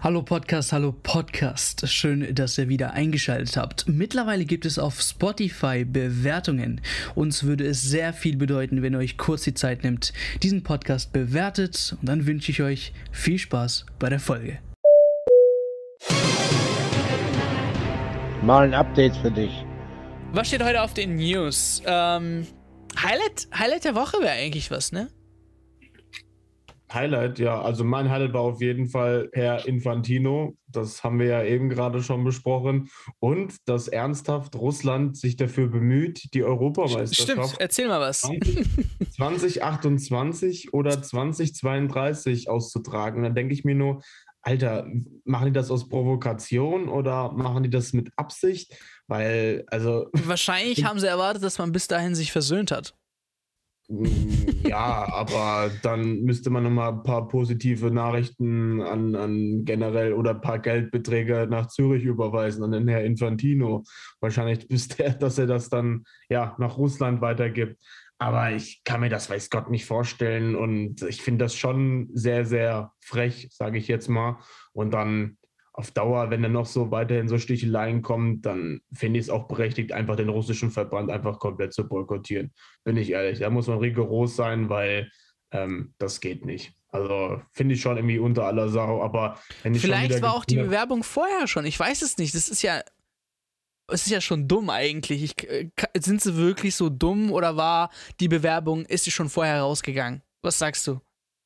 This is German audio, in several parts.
Hallo Podcast. Schön, dass ihr wieder eingeschaltet habt. Mittlerweile gibt es auf Spotify Bewertungen. Uns würde es sehr viel bedeuten, wenn ihr euch kurz die Zeit nimmt, diesen Podcast bewertet. Und dann wünsche ich euch viel Spaß bei der Folge. Mal ein Update für dich. Was steht heute auf den News? Highlight der Woche wäre eigentlich was, ne? Highlight, ja. Also mein Highlight war auf jeden Fall Herr Infantino. Das haben wir ja eben gerade schon besprochen. Und dass ernsthaft Russland sich dafür bemüht, die Europameisterschaft Stimmt, erzähl mal was. 2028 oder 2032 auszutragen. Und dann denke ich mir nur, Alter, machen die das aus Provokation oder machen die das mit Absicht? Weil, also... Wahrscheinlich haben sie erwartet, dass man bis dahin sich versöhnt hat. Ja, aber dann müsste man nochmal ein paar positive Nachrichten an generell oder ein paar Geldbeträge nach Zürich überweisen an den Herrn Infantino. Wahrscheinlich dass er das dann ja nach Russland weitergibt. Aber ich kann mir das, weiß Gott, nicht vorstellen. Und ich finde das schon sehr, sehr frech, sage ich jetzt mal. Und dann auf Dauer, wenn dann noch so weiterhin so Sticheleien kommen, dann finde ich es auch berechtigt, einfach den russischen Verband einfach komplett zu boykottieren. Bin ich ehrlich. Da muss man rigoros sein, weil das geht nicht. Also finde ich schon irgendwie unter aller Sau. Aber wenn ich Vielleicht war auch die Bewerbung vorher schon. Ich weiß es nicht. Es ist ja schon dumm eigentlich. Sind sie wirklich so dumm oder war die Bewerbung, ist sie schon vorher rausgegangen? Was sagst du?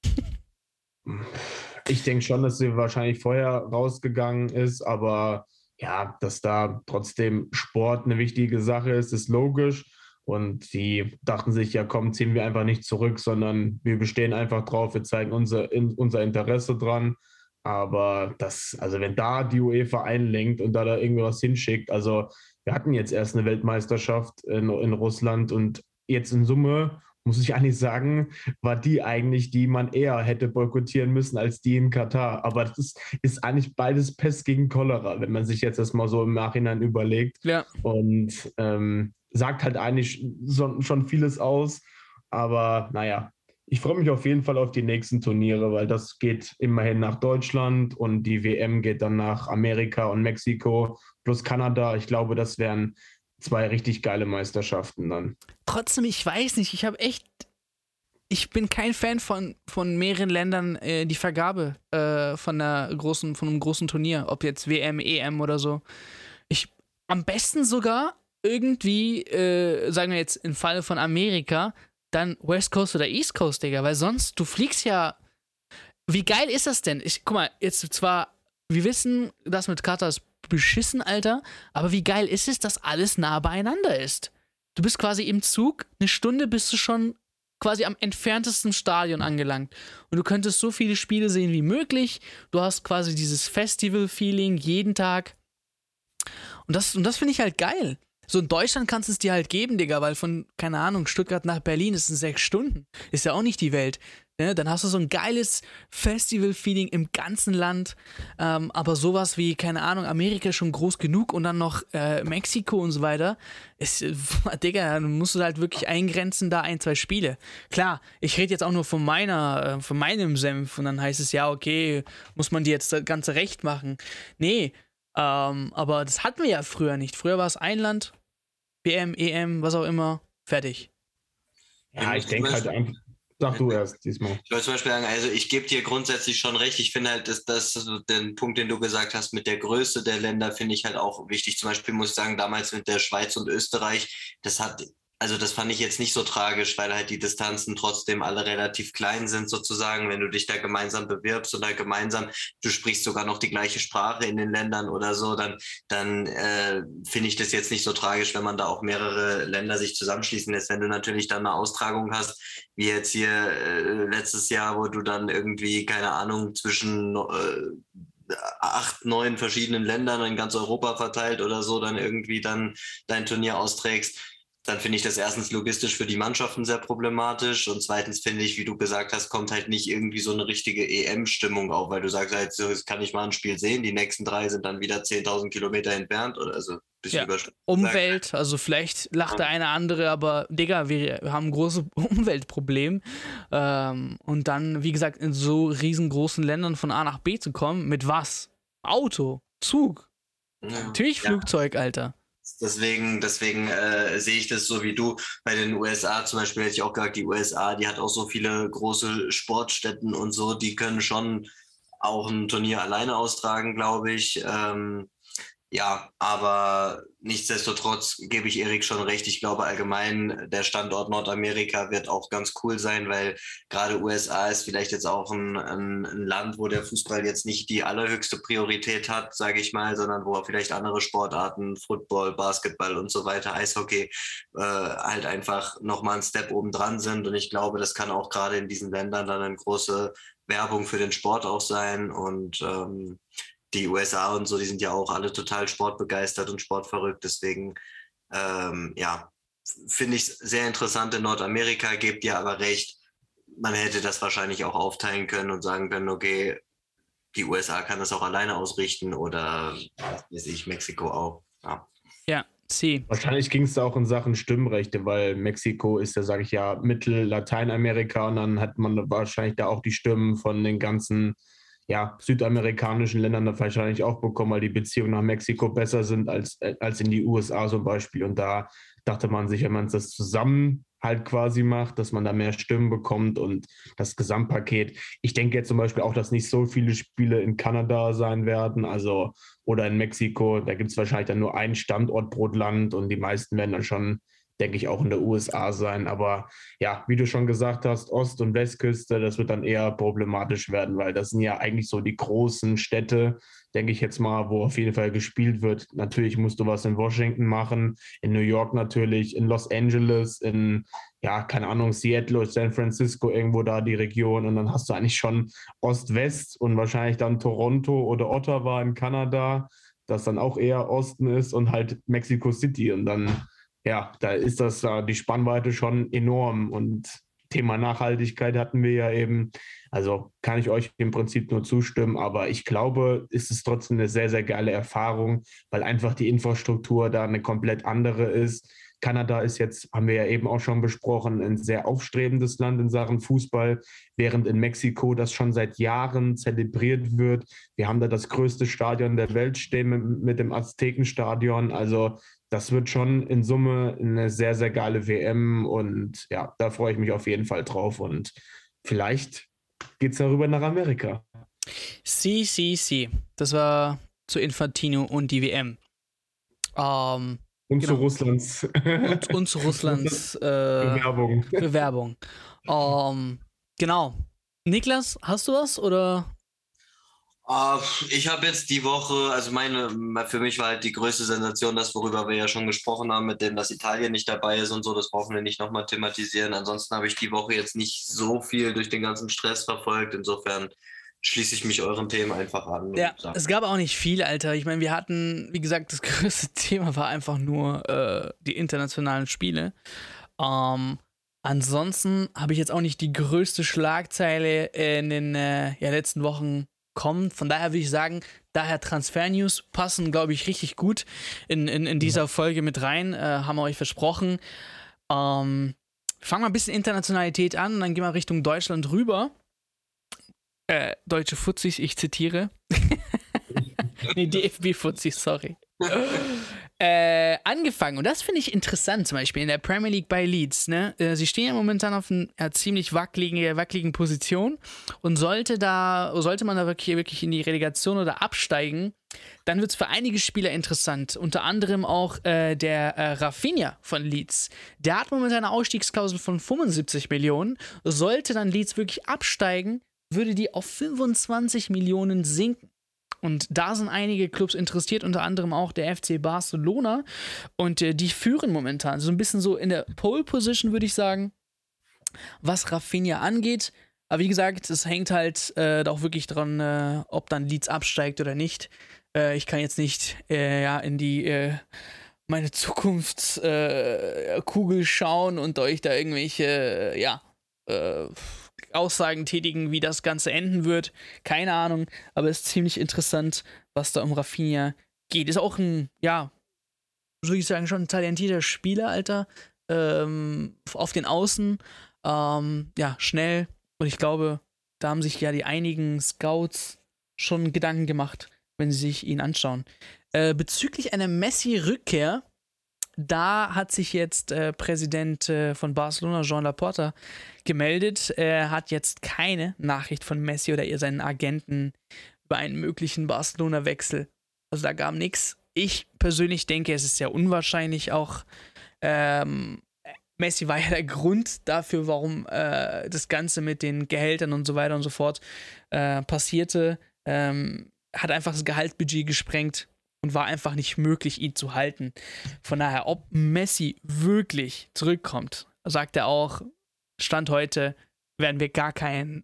Ich denke schon, dass sie wahrscheinlich vorher rausgegangen ist, aber ja, dass da trotzdem Sport eine wichtige Sache ist logisch. Und die dachten sich, ja komm, ziehen wir einfach nicht zurück, sondern wir bestehen einfach drauf, wir zeigen unser Interesse dran. Aber also wenn da die UEFA einlenkt und da irgendwas hinschickt, also wir hatten jetzt erst eine Weltmeisterschaft in Russland und jetzt in Summe muss ich eigentlich sagen, war die eigentlich, die man eher hätte boykottieren müssen als die in Katar. Aber das ist eigentlich beides Pest gegen Cholera, wenn man sich jetzt das mal so im Nachhinein überlegt. Ja. Und sagt halt eigentlich schon vieles aus. Aber naja, ich freue mich auf jeden Fall auf die nächsten Turniere, weil das geht immerhin nach Deutschland und die WM geht dann nach Amerika und Mexiko plus Kanada. Ich glaube, das wären 2 richtig geile Meisterschaften dann. Trotzdem, ich weiß nicht, ich bin kein Fan von mehreren Ländern die Vergabe von einem großen Turnier, ob jetzt WM, EM oder so. Am besten sogar irgendwie, sagen wir jetzt im Falle von Amerika, dann West Coast oder East Coast, Digga, weil sonst, du fliegst ja, wie geil ist das denn? Guck mal, jetzt zwar, wir wissen, das mit Katar ist beschissen, Alter, aber wie geil ist es, dass alles nah beieinander ist? Du bist quasi im Zug, eine Stunde bist du schon quasi am entferntesten Stadion angelangt. Und du könntest so viele Spiele sehen wie möglich. Du hast quasi dieses Festival-Feeling jeden Tag. Und das finde ich halt geil. So in Deutschland kannst du es dir halt geben, Digga, weil von, keine Ahnung, Stuttgart nach Berlin ist es 6 Stunden. Ist ja auch nicht die Welt. Ne? Dann hast du so ein geiles Festival-Feeling im ganzen Land. Aber sowas wie, keine Ahnung, Amerika ist schon groß genug und dann noch Mexiko und so weiter. Digga, dann musst du halt wirklich eingrenzen, da 1, 2 Spiele. Klar, ich rede jetzt auch nur von meinem Senf und dann heißt es, ja, okay, muss man dir jetzt das ganze Recht machen. Nee, aber das hatten wir ja früher nicht. Früher war es ein Land, WM, EM, was auch immer, fertig. Ja, ich denke halt einfach. Sag du erst diesmal. Ich wollte zum Beispiel sagen, also ich gebe dir grundsätzlich schon recht. Ich finde halt, dass den Punkt, den du gesagt hast, mit der Größe der Länder, finde ich halt auch wichtig. Zum Beispiel muss ich sagen, damals mit der Schweiz und Österreich, das fand ich jetzt nicht so tragisch, weil halt die Distanzen trotzdem alle relativ klein sind sozusagen. Wenn du dich da gemeinsam bewirbst oder du sprichst sogar noch die gleiche Sprache in den Ländern oder so, dann finde ich das jetzt nicht so tragisch, wenn man da auch mehrere Länder sich zusammenschließen lässt. Wenn du natürlich dann eine Austragung hast, wie jetzt hier letztes Jahr, wo du dann irgendwie, keine Ahnung, zwischen 8, 9 verschiedenen Ländern in ganz Europa verteilt oder so, dann irgendwie dann dein Turnier austrägst. dann finde ich das erstens logistisch für die Mannschaften sehr problematisch und zweitens finde ich, wie du gesagt hast, kommt halt nicht irgendwie so eine richtige EM-Stimmung auf, weil du sagst halt, so, jetzt kann ich mal ein Spiel sehen, die nächsten 3 sind dann wieder 10.000 Kilometer entfernt oder also ein bisschen überspitzt. Umwelt, also vielleicht lacht der eine andere, aber Digga, wir haben ein großes Umweltproblem und dann, wie gesagt, in so riesengroßen Ländern von A nach B zu kommen, mit was? Auto, Zug, natürlich Flugzeug, Alter. Deswegen sehe ich das so wie du. Bei den USA zum Beispiel hätte ich auch gesagt, die USA, die hat auch so viele große Sportstätten und so, die können schon auch ein Turnier alleine austragen, glaube ich. Ja, aber nichtsdestotrotz gebe ich Erik schon recht. Ich glaube allgemein, der Standort Nordamerika wird auch ganz cool sein, weil gerade USA ist vielleicht jetzt auch ein Land, wo der Fußball jetzt nicht die allerhöchste Priorität hat, sage ich mal, sondern wo vielleicht andere Sportarten, Football, Basketball und so weiter, Eishockey, halt einfach nochmal einen Step oben dran sind. Und ich glaube, das kann auch gerade in diesen Ländern dann eine große Werbung für den Sport auch sein und die USA und so, die sind ja auch alle total sportbegeistert und sportverrückt. Deswegen, finde ich es sehr interessant in Nordamerika, gebt ihr aber recht. Man hätte das wahrscheinlich auch aufteilen können und sagen können, okay, die USA kann das auch alleine ausrichten oder, was weiß ich, Mexiko auch. Ja, Wahrscheinlich ging es da auch in Sachen Stimmrechte, weil Mexiko ist ja, sage ich ja, Mittel-Lateinamerika und dann hat man wahrscheinlich da auch die Stimmen von den ganzen südamerikanischen Ländern da wahrscheinlich auch bekommen, weil die Beziehungen nach Mexiko besser sind als in die USA zum Beispiel. Und da dachte man sich, wenn man das zusammen halt quasi macht, dass man da mehr Stimmen bekommt und das Gesamtpaket. Ich denke jetzt zum Beispiel auch, dass nicht so viele Spiele in Kanada sein werden, also oder in Mexiko. Da gibt es wahrscheinlich dann nur einen Standort pro Land und die meisten werden dann schon, denke ich, auch in der USA sein. Aber ja, wie du schon gesagt hast, Ost- und Westküste, das wird dann eher problematisch werden, weil das sind ja eigentlich so die großen Städte, denke ich jetzt mal, wo auf jeden Fall gespielt wird. Natürlich musst du was in Washington machen, in New York natürlich, in Los Angeles, in, keine Ahnung, Seattle, San Francisco, irgendwo da die Region. Und dann hast du eigentlich schon Ost-West und wahrscheinlich dann Toronto oder Ottawa in Kanada, das dann auch eher Osten ist und halt Mexico City. Und dann da ist die Spannweite schon enorm und Thema Nachhaltigkeit hatten wir ja eben. Also kann ich euch im Prinzip nur zustimmen, aber ich glaube, es ist trotzdem eine sehr, sehr geile Erfahrung, weil einfach die Infrastruktur da eine komplett andere ist. Kanada ist jetzt, haben wir ja eben auch schon besprochen, ein sehr aufstrebendes Land in Sachen Fußball, während in Mexiko das schon seit Jahren zelebriert wird. Wir haben da das größte Stadion der Welt stehen mit dem Aztekenstadion. Also das wird schon in Summe eine sehr, sehr geile WM und da freue ich mich auf jeden Fall drauf und vielleicht geht es darüber nach Amerika. Das war zu Infantino und die WM. Und zu Russlands. Und zu Russlands Bewerbung. Genau. Niklas, hast du was oder? Ich habe jetzt die Woche, also für mich war halt die größte Sensation das, worüber wir ja schon gesprochen haben, mit dem, dass Italien nicht dabei ist und so, das brauchen wir nicht nochmal thematisieren. Ansonsten habe ich die Woche jetzt nicht so viel durch den ganzen Stress verfolgt, insofern schließe ich mich euren Themen einfach an. Ja, es gab auch nicht viel, Alter. Ich meine, wir hatten, wie gesagt, das größte Thema war einfach nur die internationalen Spiele. Ansonsten habe ich jetzt auch nicht die größte Schlagzeile in den letzten Wochen kommen. Von daher würde ich sagen, Transfer-News passen, glaube ich, richtig gut in dieser Folge mit rein. Haben wir euch versprochen. Fangen wir ein bisschen Internationalität an und dann gehen wir Richtung Deutschland rüber. Deutsche Fuzis, ich zitiere. Nee, DFB-Fuzis, sorry. Angefangen, und das finde ich interessant, zum Beispiel in der Premier League bei Leeds, ne? Sie stehen ja momentan auf einer ziemlich wackeligen Position und sollte man da wirklich in die Relegation oder absteigen, dann wird es für einige Spieler interessant, unter anderem auch der Rafinha von Leeds. Der hat momentan eine Ausstiegsklausel von 75 Millionen, sollte dann Leeds wirklich absteigen, würde die auf 25 Millionen sinken. Und da sind einige Clubs interessiert, unter anderem auch der FC Barcelona. Und die führen momentan so ein bisschen so in der Pole-Position, würde ich sagen, was Rafinha angeht. Aber wie gesagt, es hängt halt da auch wirklich dran, ob dann Leeds absteigt oder nicht. Ich kann jetzt nicht in die meine Zukunftskugel schauen und euch da irgendwelche, Aussagen tätigen, wie das Ganze enden wird. Keine Ahnung, aber es ist ziemlich interessant, was da um Rafinha geht. Ist auch ein, würde ich sagen, schon ein talentierter Spieler, Alter. Auf den Außen. Schnell. Und ich glaube, da haben sich ja die einigen Scouts schon Gedanken gemacht, wenn sie sich ihn anschauen. Bezüglich einer Messi-Rückkehr, da hat sich jetzt Präsident von Barcelona, Joan Laporta, gemeldet. Er hat jetzt keine Nachricht von Messi oder seinen Agenten über einen möglichen Barcelona-Wechsel. Also da gab nichts. Ich persönlich denke, es ist sehr unwahrscheinlich auch. Messi war ja der Grund dafür, warum das Ganze mit den Gehältern und so weiter und so fort passierte. Hat einfach das Gehaltsbudget gesprengt und war einfach nicht möglich, ihn zu halten. Von daher, ob Messi wirklich zurückkommt, sagt er auch, Stand heute werden wir gar kein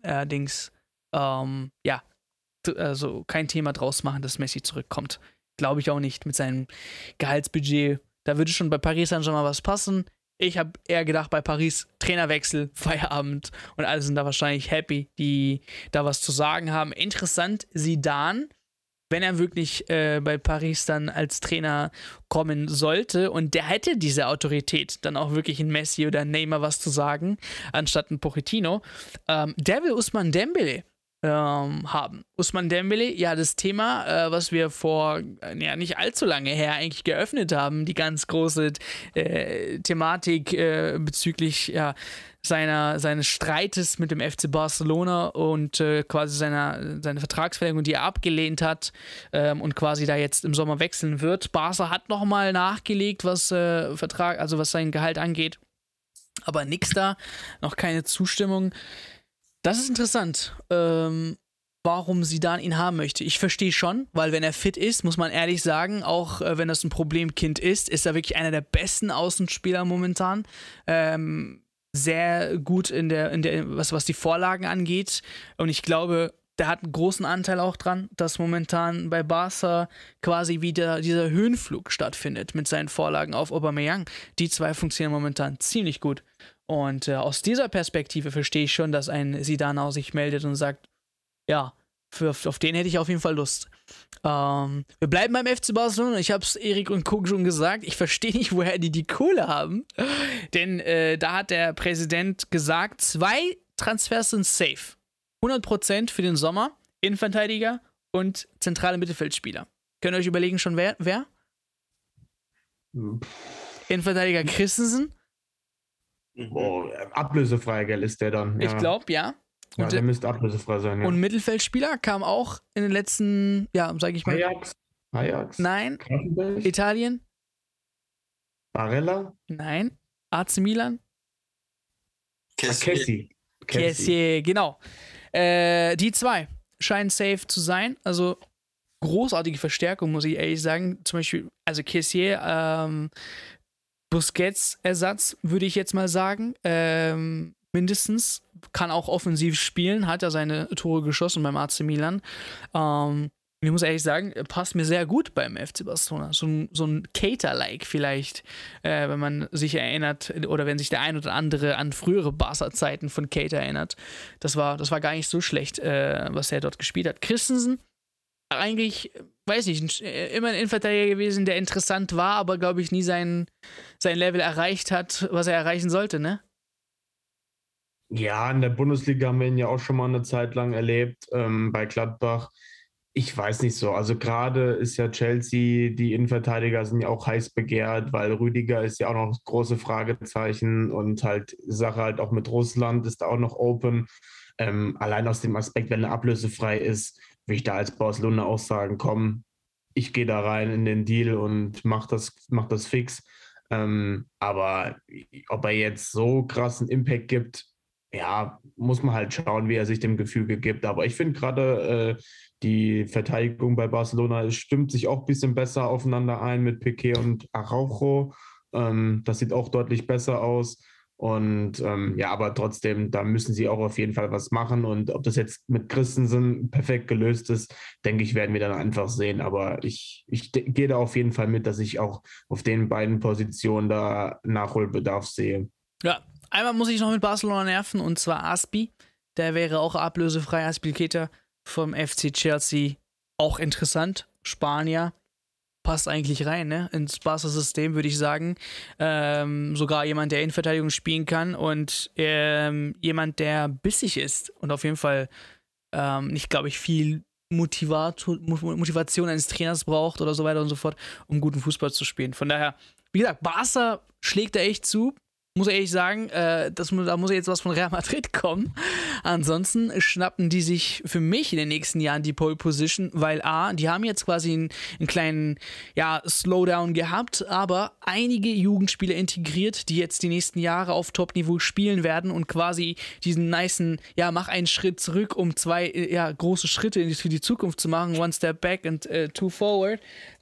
kein Thema draus machen, dass Messi zurückkommt. Glaube ich auch nicht mit seinem Gehaltsbudget. Da würde schon bei Paris Saint-Germain was passen. Ich habe eher gedacht, bei Paris Trainerwechsel, Feierabend und alle sind da wahrscheinlich happy, die da was zu sagen haben. Interessant, Zidane, wenn er wirklich bei Paris dann als Trainer kommen sollte und der hätte diese Autorität, dann auch wirklich in Messi oder Neymar was zu sagen, anstatt ein Pochettino, der will Ousmane Dembélé haben. Ousmane Dembélé, ja, das Thema, was wir vor nicht allzu lange her eigentlich geöffnet haben, die ganz große Thematik bezüglich seines Streites mit dem FC Barcelona und quasi seine Vertragsverlängerung, die er abgelehnt hat und quasi da jetzt im Sommer wechseln wird. Barca hat nochmal nachgelegt, was was sein Gehalt angeht, aber nix da, noch keine Zustimmung. Das ist interessant, warum Zidane ihn haben möchte. Ich verstehe schon, weil wenn er fit ist, muss man ehrlich sagen, auch wenn das ein Problemkind ist er wirklich einer der besten Außenspieler momentan. Sehr gut was die Vorlagen angeht. Und ich glaube, der hat einen großen Anteil auch dran, dass momentan bei Barca quasi wieder dieser Höhenflug stattfindet mit seinen Vorlagen auf Aubameyang. Die zwei funktionieren momentan ziemlich gut. Und aus dieser Perspektive verstehe ich schon, dass ein Zidane auch sich meldet und sagt, ja, auf den hätte ich auf jeden Fall Lust. Wir bleiben beim FC Barcelona. Ich habe es Erik und Cook schon gesagt. Ich verstehe nicht, woher die Kohle haben. Denn da hat der Präsident gesagt, 2 Transfers sind safe. 100% für den Sommer. Innenverteidiger und zentrale Mittelfeldspieler. Könnt ihr euch überlegen schon, wer? Innenverteidiger Christensen. Ablösefrei, gell, ist der dann. Ja. Ich glaube, ja. Ja, der müsste ablösefrei sein, ja. Und Mittelfeldspieler kam auch in den letzten, sag ich mal. Ajax? Nein. Krafenberg? Italien? Barella? Nein. AC Milan? Kessie, genau. Die 2 scheinen safe zu sein. Also großartige Verstärkung, muss ich ehrlich sagen. Zum Beispiel, also Kessie, Busquets-Ersatz, würde ich jetzt mal sagen. Mindestens. Kann auch offensiv spielen, hat er seine Tore geschossen beim AC Milan. Ich muss ehrlich sagen, passt mir sehr gut beim FC Barcelona. So ein Cater-like vielleicht, wenn man sich erinnert oder wenn sich der ein oder andere an frühere Barca-Zeiten von Cater erinnert. Das war gar nicht so schlecht, was er dort gespielt hat. Christensen, eigentlich, weiß nicht, immer ein Innenverteidiger gewesen, der interessant war, aber glaube ich nie sein Level erreicht hat, was er erreichen sollte, ne? Ja, in der Bundesliga haben wir ihn ja auch schon mal eine Zeit lang erlebt, bei Gladbach. Ich weiß nicht so. Also gerade ist ja Chelsea, die Innenverteidiger sind ja auch heiß begehrt, weil Rüdiger ist ja auch noch das große Fragezeichen und halt Sache halt auch mit Russland ist da auch noch open. Allein aus dem Aspekt, wenn er ablösefrei ist, will ich da als Barcelona auch sagen, komm, ich gehe da rein in den Deal und mach das fix. Aber ob er jetzt so krassen Impact gibt, ja, muss man halt schauen, wie er sich dem Gefüge gibt. Aber ich finde gerade die Verteidigung bei Barcelona stimmt sich auch ein bisschen besser aufeinander ein mit Piqué und Araujo. Das sieht auch deutlich besser aus. Und aber trotzdem, da müssen sie auch auf jeden Fall was machen. Und ob das jetzt mit Christensen perfekt gelöst ist, denke ich, werden wir dann einfach sehen. Aber ich gehe da auf jeden Fall mit, dass ich auch auf den beiden Positionen da Nachholbedarf sehe. Ja, einmal muss ich noch mit Barcelona nerven, und zwar Aspi. Der wäre auch ablösefrei. Azpilicueta vom FC Chelsea. Auch interessant. Spanier. Passt eigentlich rein, ne? Ins Barca-System, würde ich sagen. Sogar jemand, der Innenverteidigung spielen kann und jemand, der bissig ist und auf jeden Fall nicht, glaube ich, viel Motivation eines Trainers braucht oder so weiter und so fort, um guten Fußball zu spielen. Von daher, wie gesagt, Barca schlägt da echt zu. Muss ich ehrlich sagen, da muss jetzt was von Real Madrid kommen. Ansonsten schnappen die sich für mich in den nächsten Jahren die Pole Position, weil die haben jetzt quasi einen kleinen Slowdown gehabt, aber einige Jugendspieler integriert, die jetzt die nächsten Jahre auf Top-Niveau spielen werden und quasi diesen nicen, mach einen Schritt zurück, um zwei große Schritte für die Zukunft zu machen. One step back and two forward.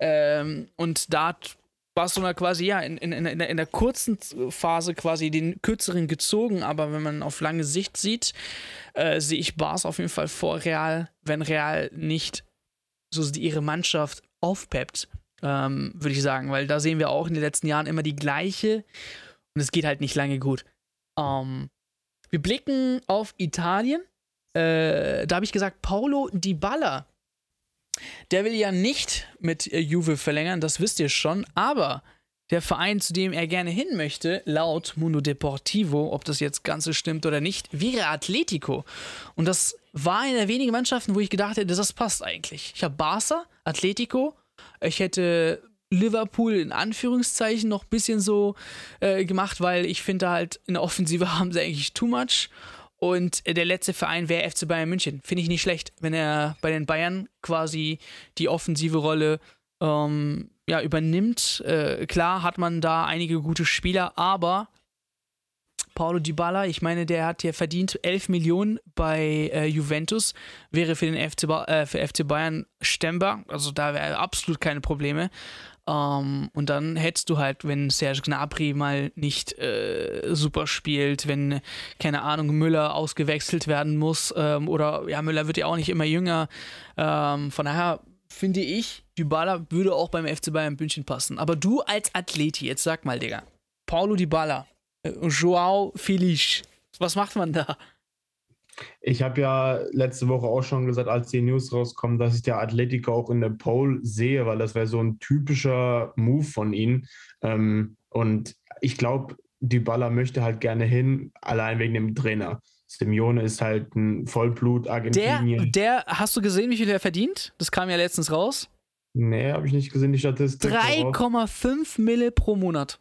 Und da Barcelona quasi in der kurzen Phase quasi den kürzeren gezogen, aber wenn man auf lange Sicht sieht, sehe ich Barca auf jeden Fall vor Real, wenn Real nicht so ihre Mannschaft aufpeppt, würde ich sagen, weil da sehen wir auch in den letzten Jahren immer die gleiche und es geht halt nicht lange gut. Wir blicken auf Italien, da habe ich gesagt, Paulo Dybala. Der will ja nicht mit Juve verlängern, das wisst ihr schon, aber der Verein, zu dem er gerne hin möchte, laut Mundo Deportivo, ob das jetzt ganz so stimmt oder nicht, wäre Atletico. Und das war eine der wenigen Mannschaften, wo ich gedacht hätte, das passt eigentlich. Ich habe Barca, Atletico, ich hätte Liverpool in Anführungszeichen noch ein bisschen so gemacht, weil ich finde halt, in der Offensive haben sie eigentlich too much. Und der letzte Verein wäre FC Bayern München. Finde ich nicht schlecht, wenn er bei den Bayern quasi die offensive Rolle übernimmt. Klar hat man da einige gute Spieler, aber Paulo Dybala, ich meine, der hat hier verdient 11 Millionen bei Juventus, wäre für den für FC Bayern stemmbar. Also da wäre absolut keine Probleme. Und dann hättest du halt, wenn Serge Gnabry mal nicht super spielt, wenn, keine Ahnung, Müller ausgewechselt werden muss, oder Müller wird ja auch nicht immer jünger. Von daher finde ich, Dybala würde auch beim FC Bayern München passen. Aber du als Athleti, jetzt sag mal, Digga, Paulo Dybala, Joao Felix, was macht man da? Ich habe ja letzte Woche auch schon gesagt, als die News rauskommen, dass ich der Atletico auch in der Pole sehe, weil das wäre so ein typischer Move von ihnen. Und ich glaube, Dybala möchte halt gerne hin, allein wegen dem Trainer. Simeone ist halt ein Vollblut-Argentinier. Der, hast du gesehen, wie viel er verdient? Das kam ja letztens raus. Nee, habe ich nicht gesehen, die Statistik. 3,5 Mille pro Monat.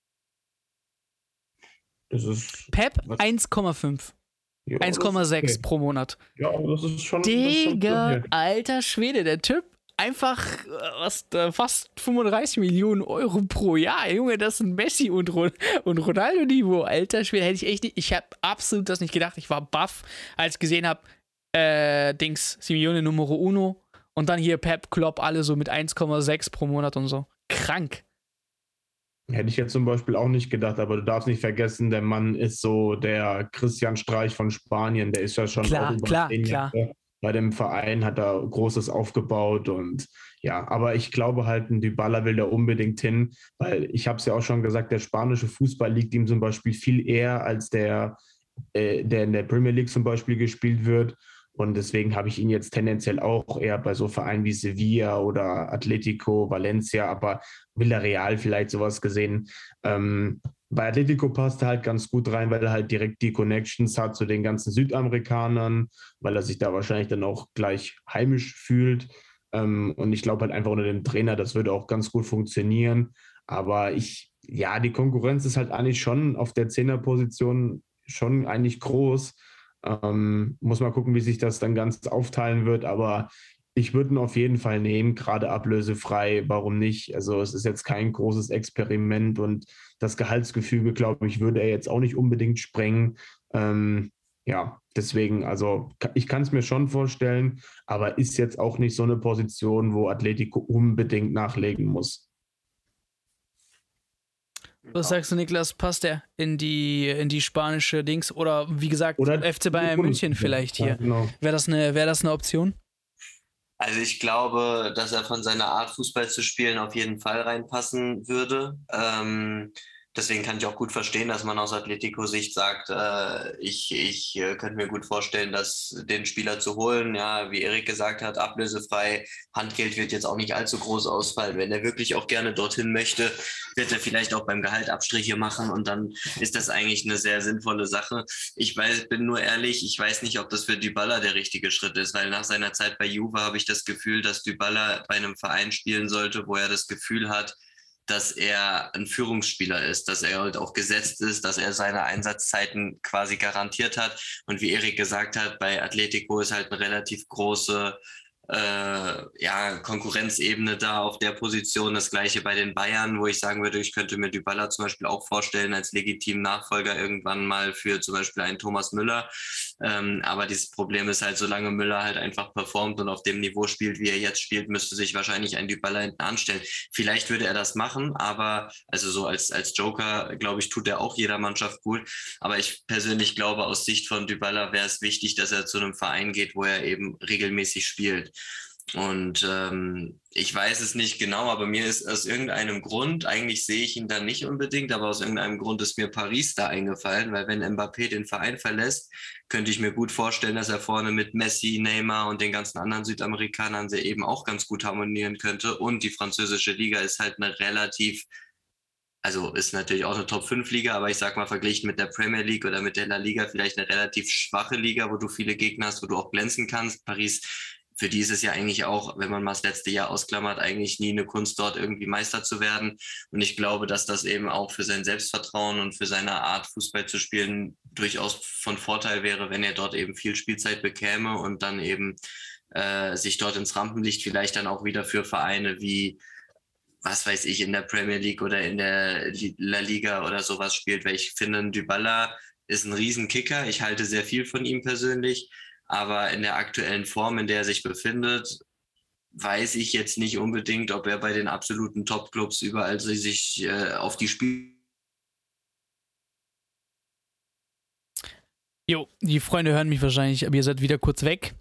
Das ist Pep 1,5. Ja, 1,6 okay. Pro Monat. Ja, aber das ist schon. Digga, das alter Schwede, der Typ einfach fast 35 Millionen Euro pro Jahr. Junge, das sind Messi und Ronaldo-Niveau. Alter Schwede, hätte ich echt nicht. Ich habe absolut das nicht gedacht. Ich war baff, als ich gesehen habe, Simeone Numero Uno und dann hier Pep, Klopp, alle so mit 1,6 pro Monat und so. Krank. Hätte ich jetzt zum Beispiel auch nicht gedacht, aber du darfst nicht vergessen, der Mann ist so der Christian Streich von Spanien, der ist ja schon klar. Jahre bei dem Verein, hat er Großes aufgebaut und ja, aber ich glaube halt, ein Dybala will da unbedingt hin, weil ich habe es ja auch schon gesagt, der spanische Fußball liegt ihm zum Beispiel viel eher als der in der Premier League zum Beispiel gespielt wird. Und deswegen habe ich ihn jetzt tendenziell auch eher bei so Vereinen wie Sevilla oder Atletico, Valencia, aber Villarreal vielleicht sowas gesehen. Bei Atletico passt er halt ganz gut rein, weil er halt direkt die Connections hat zu den ganzen Südamerikanern, weil er sich da wahrscheinlich dann auch gleich heimisch fühlt. Und ich glaube halt einfach unter dem Trainer, das würde auch ganz gut funktionieren. Aber die Konkurrenz ist halt eigentlich schon auf der Zehnerposition schon eigentlich groß. Muss mal gucken, wie sich das dann ganz aufteilen wird, aber ich würde ihn auf jeden Fall nehmen, gerade ablösefrei, warum nicht? Also es ist jetzt kein großes Experiment und das Gehaltsgefüge, glaube ich, würde er jetzt auch nicht unbedingt sprengen. Deswegen, also ich kann es mir schon vorstellen, aber ist jetzt auch nicht so eine Position, wo Atletico unbedingt nachlegen muss. Was sagst du, Niklas? Passt der in die spanische Dings? Oder wie gesagt, Oder FC Bayern München vielleicht hier. Ja, genau. Wäre das eine Option? Also ich glaube, dass er von seiner Art, Fußball zu spielen, auf jeden Fall reinpassen würde. Deswegen kann ich auch gut verstehen, dass man aus Atletico-Sicht sagt, ich könnte mir gut vorstellen, den Spieler zu holen. Ja, wie Erik gesagt hat, ablösefrei. Handgeld wird jetzt auch nicht allzu groß ausfallen. Wenn er wirklich auch gerne dorthin möchte, wird er vielleicht auch beim Gehalt Abstriche machen und dann ist das eigentlich eine sehr sinnvolle Sache. Bin nur ehrlich, ich weiß nicht, ob das für Dybala der richtige Schritt ist, weil nach seiner Zeit bei Juve habe ich das Gefühl, dass Dybala bei einem Verein spielen sollte, wo er das Gefühl hat, dass er ein Führungsspieler ist, dass er halt auch gesetzt ist, dass er seine Einsatzzeiten quasi garantiert hat. Und wie Erik gesagt hat, bei Atletico ist halt eine relativ große Konkurrenzebene da auf der Position. Das gleiche bei den Bayern, wo ich sagen würde, ich könnte mir Dybala zum Beispiel auch vorstellen als legitimen Nachfolger irgendwann mal für zum Beispiel einen Thomas Müller. Aber dieses Problem ist halt, solange Müller halt einfach performt und auf dem Niveau spielt, wie er jetzt spielt, müsste sich wahrscheinlich ein Dybala hinten anstellen. Vielleicht würde er das machen, aber also so als Joker, glaube ich, tut er auch jeder Mannschaft gut. Aber ich persönlich glaube, aus Sicht von Dybala wäre es wichtig, dass er zu einem Verein geht, wo er eben regelmäßig spielt. Und ich weiß es nicht genau, aber mir ist aus irgendeinem Grund, eigentlich sehe ich ihn da nicht unbedingt, aber aus irgendeinem Grund ist mir Paris da eingefallen, weil wenn Mbappé den Verein verlässt, könnte ich mir gut vorstellen, dass er vorne mit Messi, Neymar und den ganzen anderen Südamerikanern sehr eben auch ganz gut harmonieren könnte. Und die französische Liga ist halt ist natürlich auch eine Top-5-Liga, aber ich sag mal, verglichen mit der Premier League oder mit der La Liga vielleicht eine relativ schwache Liga, wo du viele Gegner hast, wo du auch glänzen kannst. Paris, für die ist es ja eigentlich auch, wenn man mal das letzte Jahr ausklammert, eigentlich nie eine Kunst, dort irgendwie Meister zu werden. Und ich glaube, dass das eben auch für sein Selbstvertrauen und für seine Art, Fußball zu spielen, durchaus von Vorteil wäre, wenn er dort eben viel Spielzeit bekäme und dann eben sich dort ins Rampenlicht vielleicht dann auch wieder für Vereine wie, was weiß ich, in der Premier League oder in der La Liga oder sowas spielt, weil ich finde, Dybala ist ein Riesenkicker. Ich halte sehr viel von ihm persönlich, aber in der aktuellen Form, in der er sich befindet, weiß ich jetzt nicht unbedingt, ob er bei den absoluten Top-Clubs überall sich auf die Spiele... Jo, die Freunde hören mich wahrscheinlich, aber ihr seid wieder kurz weg.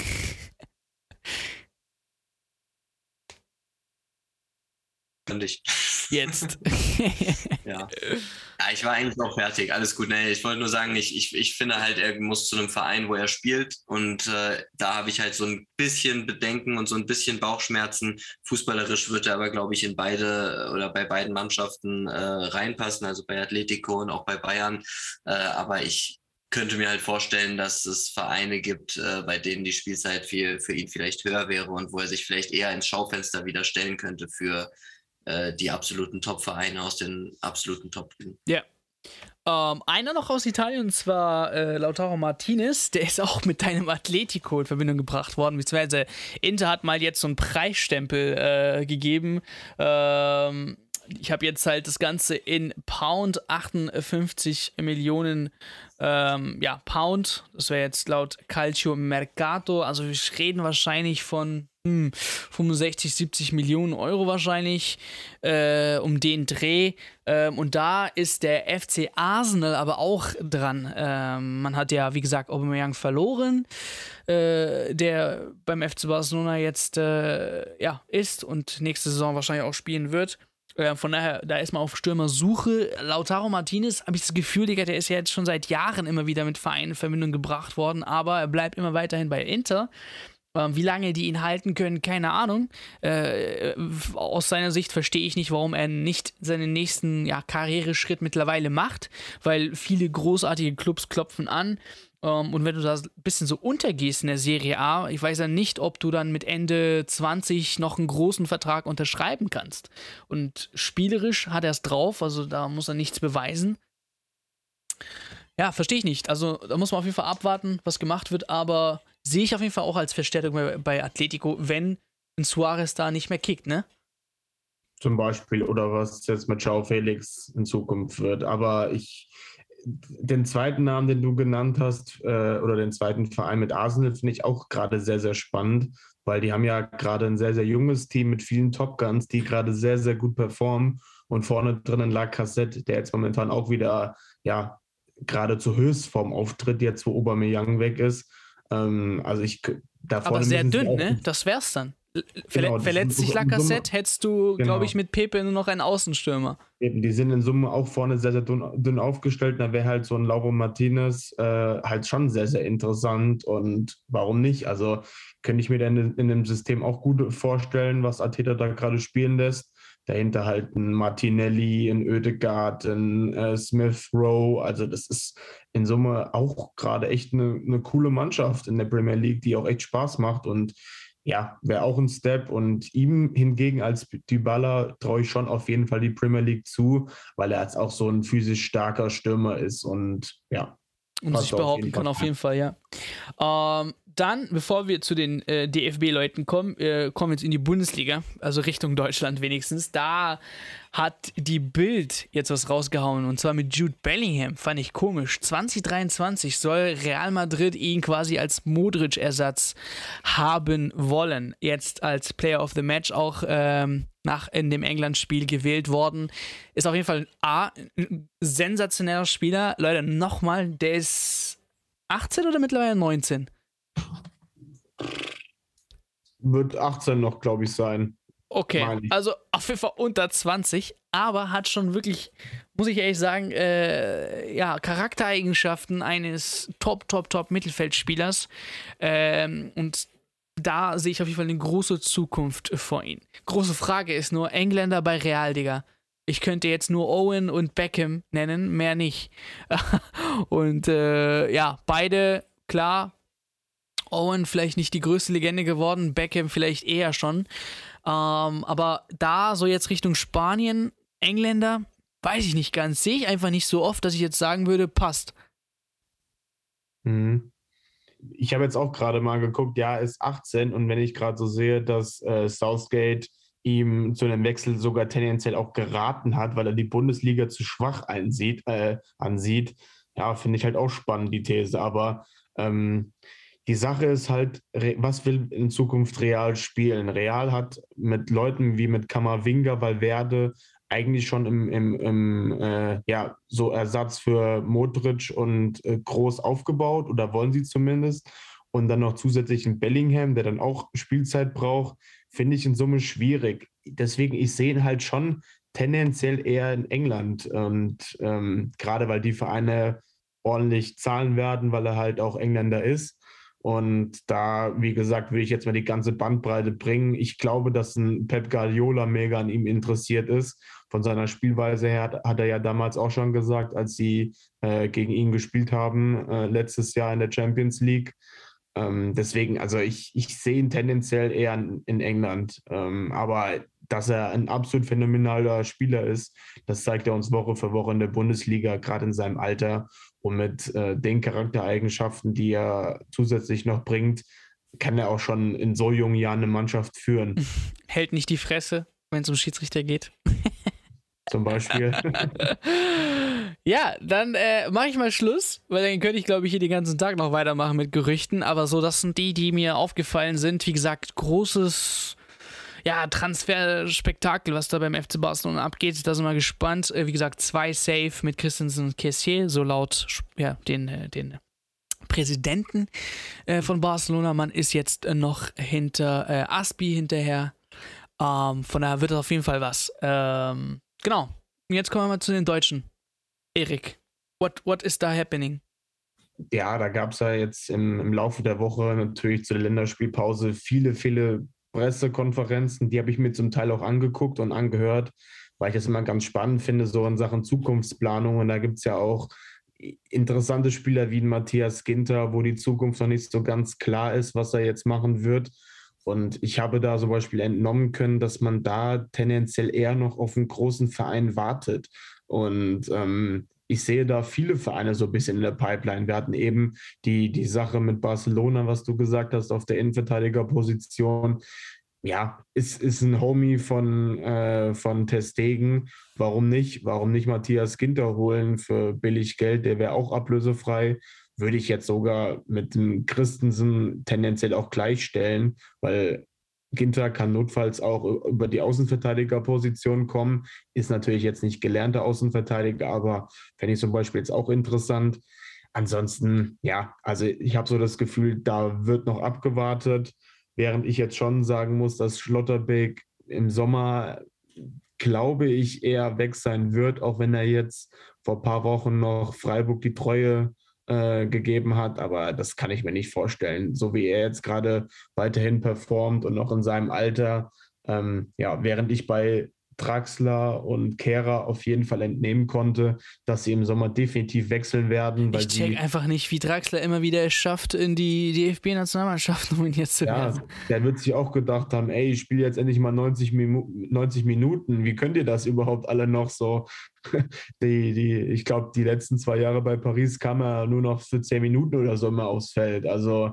Jetzt. Ja, ich war eigentlich auch fertig. Alles gut. Nee, ich wollte nur sagen, ich finde halt, er muss zu einem Verein, wo er spielt. Und da habe ich halt so ein bisschen Bedenken und so ein bisschen Bauchschmerzen. Fußballerisch wird er aber, glaube ich, in beide oder bei beiden Mannschaften reinpassen, also bei Atletico und auch bei Bayern. Aber ich könnte mir halt vorstellen, dass es Vereine gibt, bei denen die Spielzeit für ihn vielleicht höher wäre und wo er sich vielleicht eher ins Schaufenster wieder stellen könnte für die absoluten Top-Vereine aus den absoluten Top-Ligen. Ja. Einer noch aus Italien, und zwar Lautaro Martinez, der ist auch mit deinem Atletico in Verbindung gebracht worden, beziehungsweise Inter hat mal jetzt so einen Preisstempel gegeben. Ich habe jetzt halt das Ganze in Pound, 58 Millionen Pound, das wäre jetzt laut Calcio Mercato, also wir reden wahrscheinlich von 65, 70 Millionen Euro wahrscheinlich, um den Dreh. Und da ist der FC Arsenal aber auch dran. Man hat ja, wie gesagt, Aubameyang verloren, der beim FC Barcelona jetzt ist und nächste Saison wahrscheinlich auch spielen wird. Von daher, da ist man auf Stürmersuche. Lautaro Martinez, habe ich das Gefühl, Digga, der ist ja jetzt schon seit Jahren immer wieder mit Vereinen in Verbindung gebracht worden, aber er bleibt immer weiterhin bei Inter. Wie lange die ihn halten können, keine Ahnung. Aus seiner Sicht verstehe ich nicht, warum er nicht seinen nächsten Karriereschritt mittlerweile macht, weil viele großartige Clubs klopfen an. Und wenn du da ein bisschen so untergehst in der Serie A, ich weiß ja nicht, ob du dann mit Ende 20 noch einen großen Vertrag unterschreiben kannst. Und spielerisch hat er es drauf, also da muss er nichts beweisen. Ja, verstehe ich nicht. Also da muss man auf jeden Fall abwarten, was gemacht wird, aber sehe ich auf jeden Fall auch als Verstärkung bei Atletico, wenn ein Suarez da nicht mehr kickt, ne? Zum Beispiel, oder was jetzt mit João Felix in Zukunft wird. Aber den zweiten Namen, den du genannt hast, oder den zweiten Verein mit Arsenal, finde ich auch gerade sehr, sehr spannend, weil die haben ja gerade ein sehr, sehr junges Team mit vielen Top Guns, die gerade sehr, sehr gut performen. und vorne drinnen Lacazette, der jetzt momentan auch wieder, ja, gerade zur Höchstform auftritt, jetzt wo Aubameyang weg ist. Also da vorne Aber sehr müssen sie dünn, auch, ne? Das wär's dann. genau, Verletzt sich Lacazette, hättest du, glaube ich, genau. mit Pepe nur noch einen Außenstürmer. Eben, die sind in Summe auch vorne sehr, sehr dünn aufgestellt. Da wäre halt so ein Lauro Martinez halt schon sehr, sehr interessant. Und warum nicht? Also könnte ich mir dann in dem System auch gut vorstellen, was Arteta da gerade spielen lässt. Dahinter halt ein Martinelli, ein Oedegaard, ein Smith Rowe. Also das ist in Summe auch gerade echt eine coole Mannschaft in der Premier League, die auch echt Spaß macht. Und ja, wäre auch ein Step. Und ihm hingegen als Dybala traue ich schon auf jeden Fall die Premier League zu, weil er jetzt auch so ein physisch starker Stürmer ist und ja. Und sich behaupten kann, auf jeden Fall, ja. Dann, bevor wir zu den DFB-Leuten kommen, kommen wir jetzt in die Bundesliga, also Richtung Deutschland wenigstens. Da hat die Bild jetzt was rausgehauen, und zwar mit Jude Bellingham, fand ich komisch. 2023 soll Real Madrid ihn quasi als Modric-Ersatz haben wollen. Jetzt als Player of the Match auch in dem England-Spiel gewählt worden. Ist auf jeden Fall ein sensationeller Spieler. Leute, nochmal, der ist 18 oder mittlerweile 19? Wird 18 noch, glaube ich, sein. Okay, also auf jeden Fall unter 20, aber hat schon wirklich, muss ich ehrlich sagen, Charaktereigenschaften eines Top-Mittelfeldspielers. Und da sehe ich auf jeden Fall eine große Zukunft vor ihm. Große Frage ist nur, Engländer bei Real, Digga. Ich könnte jetzt nur Owen und Beckham nennen, mehr nicht. Und beide, klar, Owen vielleicht nicht die größte Legende geworden, Beckham vielleicht eher schon. Aber da so jetzt Richtung Spanien, Engländer, weiß ich nicht ganz. Sehe ich einfach nicht so oft, dass ich jetzt sagen würde, passt. Ich habe jetzt auch gerade mal geguckt, ja, ist 18, und wenn ich gerade so sehe, dass Southgate ihm zu einem Wechsel sogar tendenziell auch geraten hat, weil er die Bundesliga zu schwach ansieht, ja, finde ich halt auch spannend, die These. Aber die Sache ist halt, was will in Zukunft Real spielen? Real hat mit Leuten wie mit Camavinga, Valverde eigentlich schon so Ersatz für Modric und Kroos aufgebaut, oder wollen sie zumindest. Und dann noch zusätzlich einen Bellingham, der dann auch Spielzeit braucht, finde ich in Summe schwierig. Deswegen, ich sehe ihn halt schon tendenziell eher in England. Und gerade weil die Vereine ordentlich zahlen werden, weil er halt auch Engländer ist. Und da, wie gesagt, will ich jetzt mal die ganze Bandbreite bringen. Ich glaube, dass ein Pep Guardiola mega an ihm interessiert ist. Von seiner Spielweise her hat er ja damals auch schon gesagt, als sie gegen ihn gespielt haben, letztes Jahr in der Champions League. Deswegen, also ich sehe ihn tendenziell eher in England. Aber dass er ein absolut phänomenaler Spieler ist, das zeigt er uns Woche für Woche in der Bundesliga, gerade in seinem Alter. Und mit den Charaktereigenschaften, die er zusätzlich noch bringt, kann er auch schon in so jungen Jahren eine Mannschaft führen. Hält nicht die Fresse, wenn es um Schiedsrichter geht. Zum Beispiel. Ja, dann mache ich mal Schluss, weil dann könnte ich, glaube ich, hier den ganzen Tag noch weitermachen mit Gerüchten. Aber so, das sind die mir aufgefallen sind. Wie gesagt, großes Transferspektakel, was da beim FC Barcelona abgeht. Da sind wir gespannt. Wie gesagt, 2 Safe mit Christensen und Kessié, so laut den Präsidenten von Barcelona. Man ist jetzt noch hinter Aspi hinterher. Von daher wird das auf jeden Fall was. Genau. Und jetzt kommen wir mal zu den Deutschen. Erik, what is da happening? Ja, da gab es ja jetzt im Laufe der Woche natürlich zur Länderspielpause viele Pressekonferenzen. Die habe ich mir zum Teil auch angeguckt und angehört, weil ich das immer ganz spannend finde, so in Sachen Zukunftsplanung. Und da gibt es ja auch interessante Spieler wie Matthias Ginter, wo die Zukunft noch nicht so ganz klar ist, was er jetzt machen wird. Und ich habe da zum Beispiel entnommen können, dass man da tendenziell eher noch auf einen großen Verein wartet. Und ich sehe da viele Vereine so ein bisschen in der Pipeline. Wir hatten eben die Sache mit Barcelona, was du gesagt hast, auf der Innenverteidigerposition. Ja, ist ein Homie von Ter Stegen. Warum nicht? Warum nicht Matthias Ginter holen für billig Geld? Der wäre auch ablösefrei. Würde ich jetzt sogar mit dem Christensen tendenziell auch gleichstellen, weil Ginter kann notfalls auch über die Außenverteidigerposition kommen. Ist natürlich jetzt nicht gelernter Außenverteidiger, aber fände ich zum Beispiel jetzt auch interessant. Ansonsten, ja, also ich habe so das Gefühl, da wird noch abgewartet, während ich jetzt schon sagen muss, dass Schlotterbeck im Sommer, glaube ich, eher weg sein wird, auch wenn er jetzt vor ein paar Wochen noch Freiburg die Treue gegeben hat. Aber das kann ich mir nicht vorstellen. So wie er jetzt gerade weiterhin performt und noch in seinem Alter, ja, während ich bei Draxler und Kehrer auf jeden Fall entnehmen konnte, dass sie im Sommer definitiv wechseln werden, weil Ich check sie einfach nicht, wie Draxler immer wieder es schafft, in die DFB-Nationalmannschaft nominiert zu ja, werden. der wird sich auch gedacht haben, ey, ich spiele jetzt endlich mal 90 Minuten. Wie könnt ihr das überhaupt alle noch so? Ich glaube, die letzten 2 Jahre bei Paris kam er nur noch für 10 Minuten oder so immer aufs Feld. Also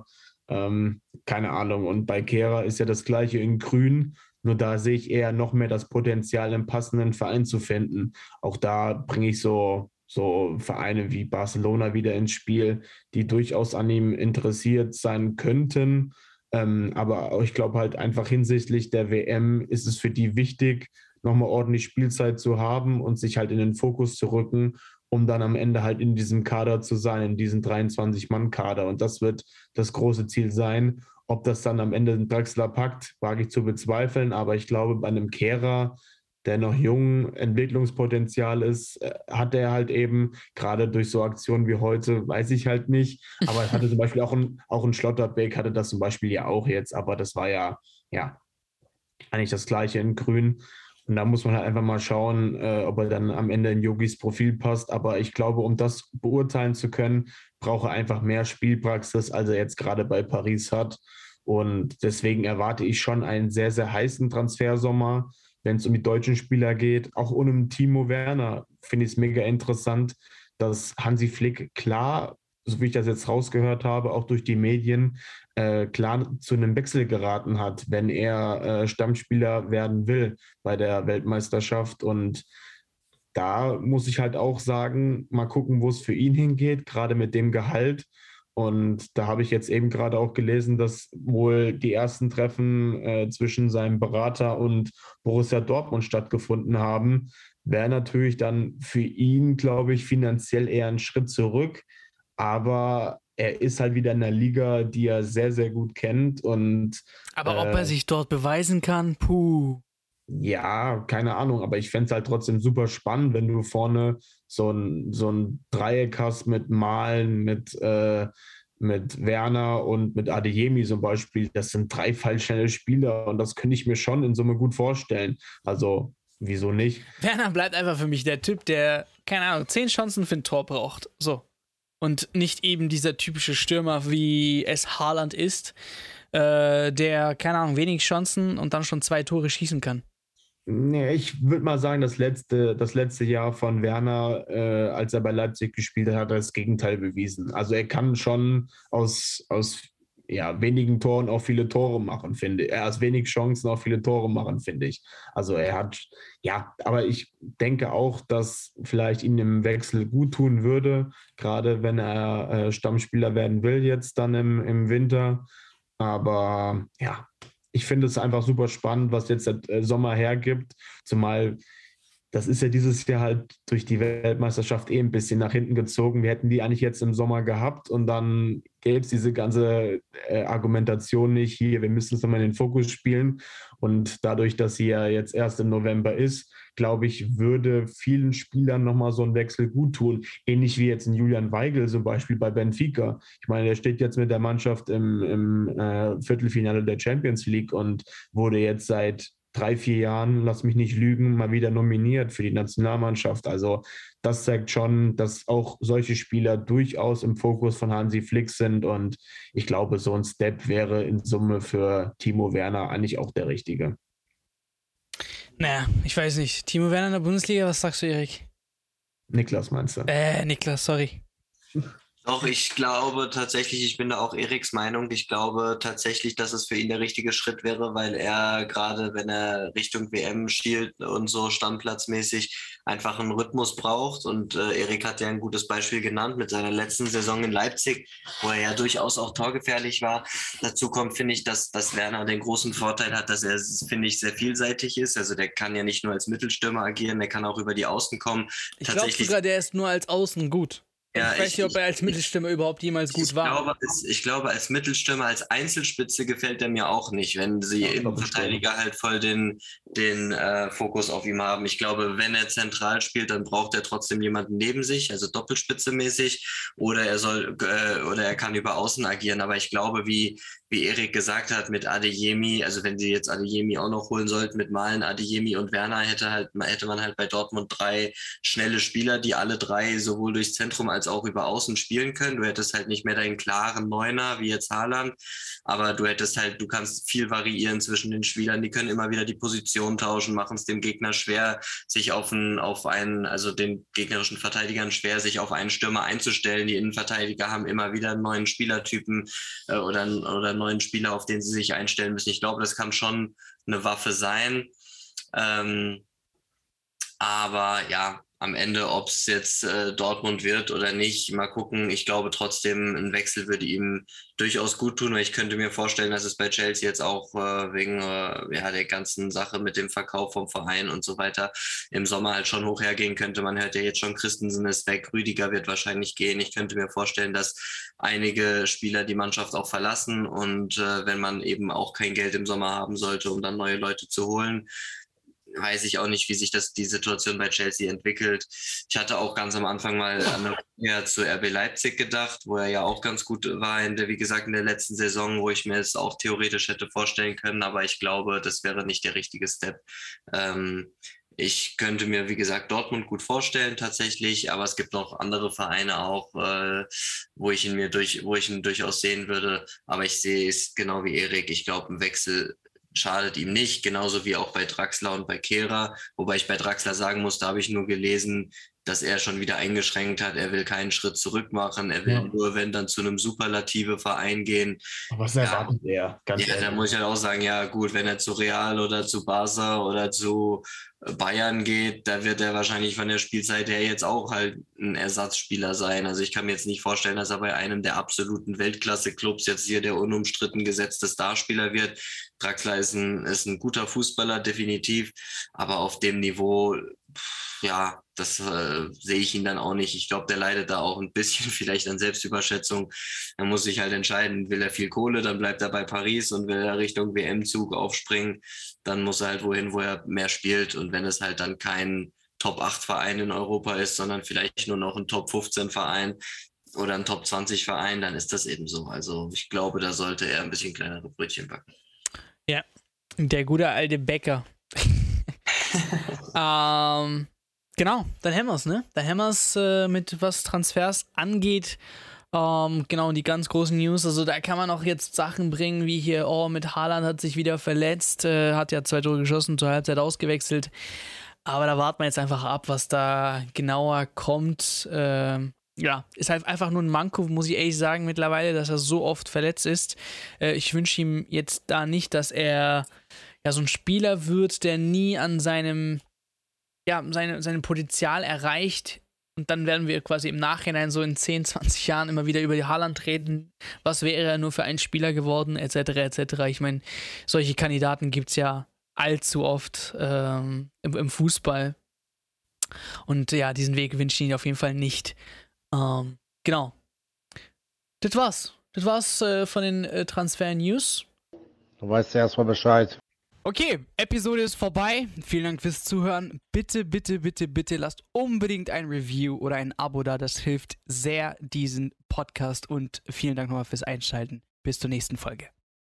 keine Ahnung. Und bei Kehrer ist ja das Gleiche in Grün. Nur da sehe ich eher noch mehr das Potenzial, einen passenden Verein zu finden. Auch da bringe ich so Vereine wie Barcelona wieder ins Spiel, die durchaus an ihm interessiert sein könnten. Aber ich glaube halt einfach hinsichtlich der WM ist es für die wichtig, nochmal ordentlich Spielzeit zu haben und sich halt in den Fokus zu rücken, um dann am Ende halt in diesem Kader zu sein, in diesem 23-Mann-Kader. Und das wird das große Ziel sein. Ob das dann am Ende ein Draxler packt, wage ich zu bezweifeln. Aber ich glaube, bei einem Kehrer, der noch jung, Entwicklungspotenzial ist, hat er halt eben, gerade durch so Aktionen wie heute, weiß ich halt nicht. Aber er hatte zum Beispiel auch ein Schlotterbeck, hatte das zum Beispiel ja auch jetzt. Aber das war ja, eigentlich das Gleiche in Grün. Und da muss man halt einfach mal schauen, ob er dann am Ende in Yogis Profil passt. Aber ich glaube, um das beurteilen zu können, braucht er einfach mehr Spielpraxis, als er jetzt gerade bei Paris hat. Und deswegen erwarte ich schon einen sehr, sehr heißen Transfersommer, wenn es um die deutschen Spieler geht. Auch ohne Timo Werner finde ich es mega interessant, dass Hansi Flick klar, so wie ich das jetzt rausgehört habe, auch durch die Medien, klar zu einem Wechsel geraten hat, wenn er Stammspieler werden will bei der Weltmeisterschaft. Und da muss ich halt auch sagen, mal gucken, wo es für ihn hingeht, gerade mit dem Gehalt. Und da habe ich jetzt eben gerade auch gelesen, dass wohl die ersten Treffen zwischen seinem Berater und Borussia Dortmund stattgefunden haben. Wäre natürlich dann für ihn, glaube ich, finanziell eher ein Schritt zurück. Aber er ist halt wieder in einer Liga, die er sehr, sehr gut kennt. Und Aber ob er sich dort beweisen kann, puh. ja, keine Ahnung, aber ich fände es halt trotzdem super spannend, wenn du vorne so ein Dreieck hast mit Malen, mit Werner und mit Adeyemi zum Beispiel. Das sind 3 fallschnelle Spieler und das könnte ich mir schon in Summe gut vorstellen. Also, wieso nicht? Werner bleibt einfach für mich der Typ, der, keine Ahnung, 10 Chancen für ein Tor braucht. So. Und nicht eben dieser typische Stürmer, wie es Haaland ist, der, keine Ahnung, wenig Chancen und dann schon 2 Tore schießen kann. Nee, ich würde mal sagen, das letzte Jahr von Werner, als er bei Leipzig gespielt hat, hat er das Gegenteil bewiesen. Also er kann schon aus ja, wenigen Toren auch viele Tore machen, finde ich. Aus wenig Chancen auch viele Tore machen, finde ich. Also er hat, ja, aber ich denke auch, dass vielleicht ihm im Wechsel gut tun würde, gerade wenn er Stammspieler werden will jetzt dann im Winter. Aber ja, ich finde es einfach super spannend, was jetzt der Sommer hergibt, zumal das ist ja dieses Jahr halt durch die Weltmeisterschaft ein bisschen nach hinten gezogen. Wir hätten die eigentlich jetzt im Sommer gehabt und dann gäbe es diese ganze Argumentation nicht hier, wir müssen es nochmal in den Fokus spielen. Und dadurch, dass sie ja jetzt erst im November ist, glaube ich, würde vielen Spielern nochmal so ein Wechsel gut tun. Ähnlich wie jetzt ein Julian Weigl zum Beispiel bei Benfica. Ich meine, der steht jetzt mit der Mannschaft im Viertelfinale der Champions League und wurde jetzt seit 3, 4 Jahren, lass mich nicht lügen, mal wieder nominiert für die Nationalmannschaft. Also das zeigt schon, dass auch solche Spieler durchaus im Fokus von Hansi Flick sind. Und ich glaube, so ein Step wäre in Summe für Timo Werner eigentlich auch der richtige. Naja, ich weiß nicht. Timo Werner in der Bundesliga, was sagst du, Erik? Niklas meinst du? Niklas, sorry. Doch, ich glaube tatsächlich, ich bin da auch Eriks Meinung. Ich glaube tatsächlich, dass es für ihn der richtige Schritt wäre, weil er gerade, wenn er Richtung WM schielt und so stammplatzmäßig einfach einen Rhythmus braucht. Und Erik hat ja ein gutes Beispiel genannt mit seiner letzten Saison in Leipzig, wo er ja durchaus auch torgefährlich war. Dazu kommt, finde ich, dass Werner den großen Vorteil hat, dass er, finde ich, sehr vielseitig ist. Also der kann ja nicht nur als Mittelstürmer agieren, der kann auch über die Außen kommen. Ich glaube sogar, der ist nur als Außen gut. Ja, ich weiß nicht, ob er als Mittelstürmer überhaupt jemals gut war. Ich glaube, als Mittelstürmer, als Einzelspitze gefällt er mir auch nicht, wenn sie Innenverteidiger halt voll den Fokus auf ihm haben. Ich glaube, wenn er zentral spielt, dann braucht er trotzdem jemanden neben sich, also Doppelspitze mäßig, oder er kann über Außen agieren. Aber ich glaube, wie Erik gesagt hat, mit Adeyemi, also wenn sie jetzt Adeyemi auch noch holen sollten, mit Malen, Adeyemi und Werner, hätte man halt bei Dortmund 3 schnelle Spieler, die alle 3 sowohl durchs Zentrum als auch über Außen spielen können. Du hättest halt nicht mehr deinen klaren Neuner wie jetzt Haaland, aber du kannst viel variieren zwischen den Spielern, die können immer wieder die Position tauschen, machen es dem Gegner schwer, sich also den gegnerischen Verteidigern schwer, sich auf einen Stürmer einzustellen. Die Innenverteidiger haben immer wieder einen neuen Spielertypen oder neuen Spieler, auf den sie sich einstellen müssen. Ich glaube, das kann schon eine Waffe sein. Aber ja, amEnde, ob es jetzt Dortmund wird oder nicht, mal gucken. Ich glaube trotzdem, ein Wechsel würde ihm durchaus gut tun, weil ich könnte mir vorstellen, dass es bei Chelsea jetzt auch wegen der ganzen Sache mit dem Verkauf vom Verein und so weiter im Sommer halt schon hoch hergehen könnte. Man hört ja jetzt schon, Christensen ist weg, Rüdiger wird wahrscheinlich gehen. Ich könnte mir vorstellen, dass einige Spieler die Mannschaft auch verlassen und wenn man eben auch kein Geld im Sommer haben sollte, um dann neue Leute zu holen, weiß ich auch nicht, wie sich die Situation bei Chelsea entwickelt. Ich hatte auch ganz am Anfang mal zu RB Leipzig gedacht, wo er ja auch ganz gut war, wie gesagt, in der letzten Saison, wo ich mir es auch theoretisch hätte vorstellen können, aber ich glaube, das wäre nicht der richtige Step. Ich könnte mir, wie gesagt, Dortmund gut vorstellen tatsächlich, aber es gibt noch andere Vereine auch, wo ich ihn durchaus sehen würde. Aber ich sehe es genau wie Erik. Ich glaube, ein Wechsel schadet ihm nicht, genauso wie auch bei Draxler und bei Kehrer. Wobei ich bei Draxler sagen muss, da habe ich nur gelesen, dass er schon wieder eingeschränkt hat. Er will keinen Schritt zurück machen. Er will nur, wenn dann zu einem superlative Verein gehen. Aber was erwartet er? Ganz ehrlich. Da muss ich halt auch sagen, ja gut, wenn er zu Real oder zu Barca oder zu Bayern geht, da wird er wahrscheinlich von der Spielzeit her jetzt auch halt ein Ersatzspieler sein. Also ich kann mir jetzt nicht vorstellen, dass er bei einem der absoluten Weltklasse-Clubs jetzt hier der unumstritten gesetzte Starspieler wird. Draxler ist ein guter Fußballer, definitiv, aber auf dem Niveau, ja, das sehe ich ihn dann auch nicht. Ich glaube, der leidet da auch ein bisschen vielleicht an Selbstüberschätzung. Er muss sich halt entscheiden, will er viel Kohle, dann bleibt er bei Paris, und will er Richtung WM-Zug aufspringen, dann muss er halt wohin, wo er mehr spielt. Und wenn es halt dann kein Top-8-Verein in Europa ist, sondern vielleicht nur noch ein Top-15-Verein oder ein Top-20-Verein, dann ist das eben so. Also ich glaube, da sollte er ein bisschen kleinere Brötchen backen. Ja, der gute alte Bäcker. Genau, dann haben wir es, ne? Da haben wir es mit was Transfers angeht. Genau, und die ganz großen News, also da kann man auch jetzt Sachen bringen, wie hier, mit Haaland hat sich wieder verletzt, hat ja 2 Tore geschossen, zur Halbzeit ausgewechselt. Aber da warten wir jetzt einfach ab, was da genauer kommt. Ja, ist halt einfach nur ein Manko, muss ich ehrlich sagen, mittlerweile, dass er so oft verletzt ist. Ich wünsche ihm jetzt da nicht, dass er ja so ein Spieler wird, der nie an seinem Potenzial erreicht. Und dann werden wir quasi im Nachhinein so in 10, 20 Jahren immer wieder über die Haaland reden. Was wäre er nur für ein Spieler geworden, etc., etc. Ich meine, solche Kandidaten gibt es ja allzu oft im Fußball. Und ja, diesen Weg wünsche ich ihn auf jeden Fall nicht. Genau. Das war's. Das war's von den Transfer-News. Du weißt ja erstmal Bescheid. Okay, Episode ist vorbei. Vielen Dank fürs Zuhören. Bitte, bitte, bitte, bitte lasst unbedingt ein Review oder ein Abo da. Das hilft sehr diesen Podcast. Und vielen Dank nochmal fürs Einschalten. Bis zur nächsten Folge.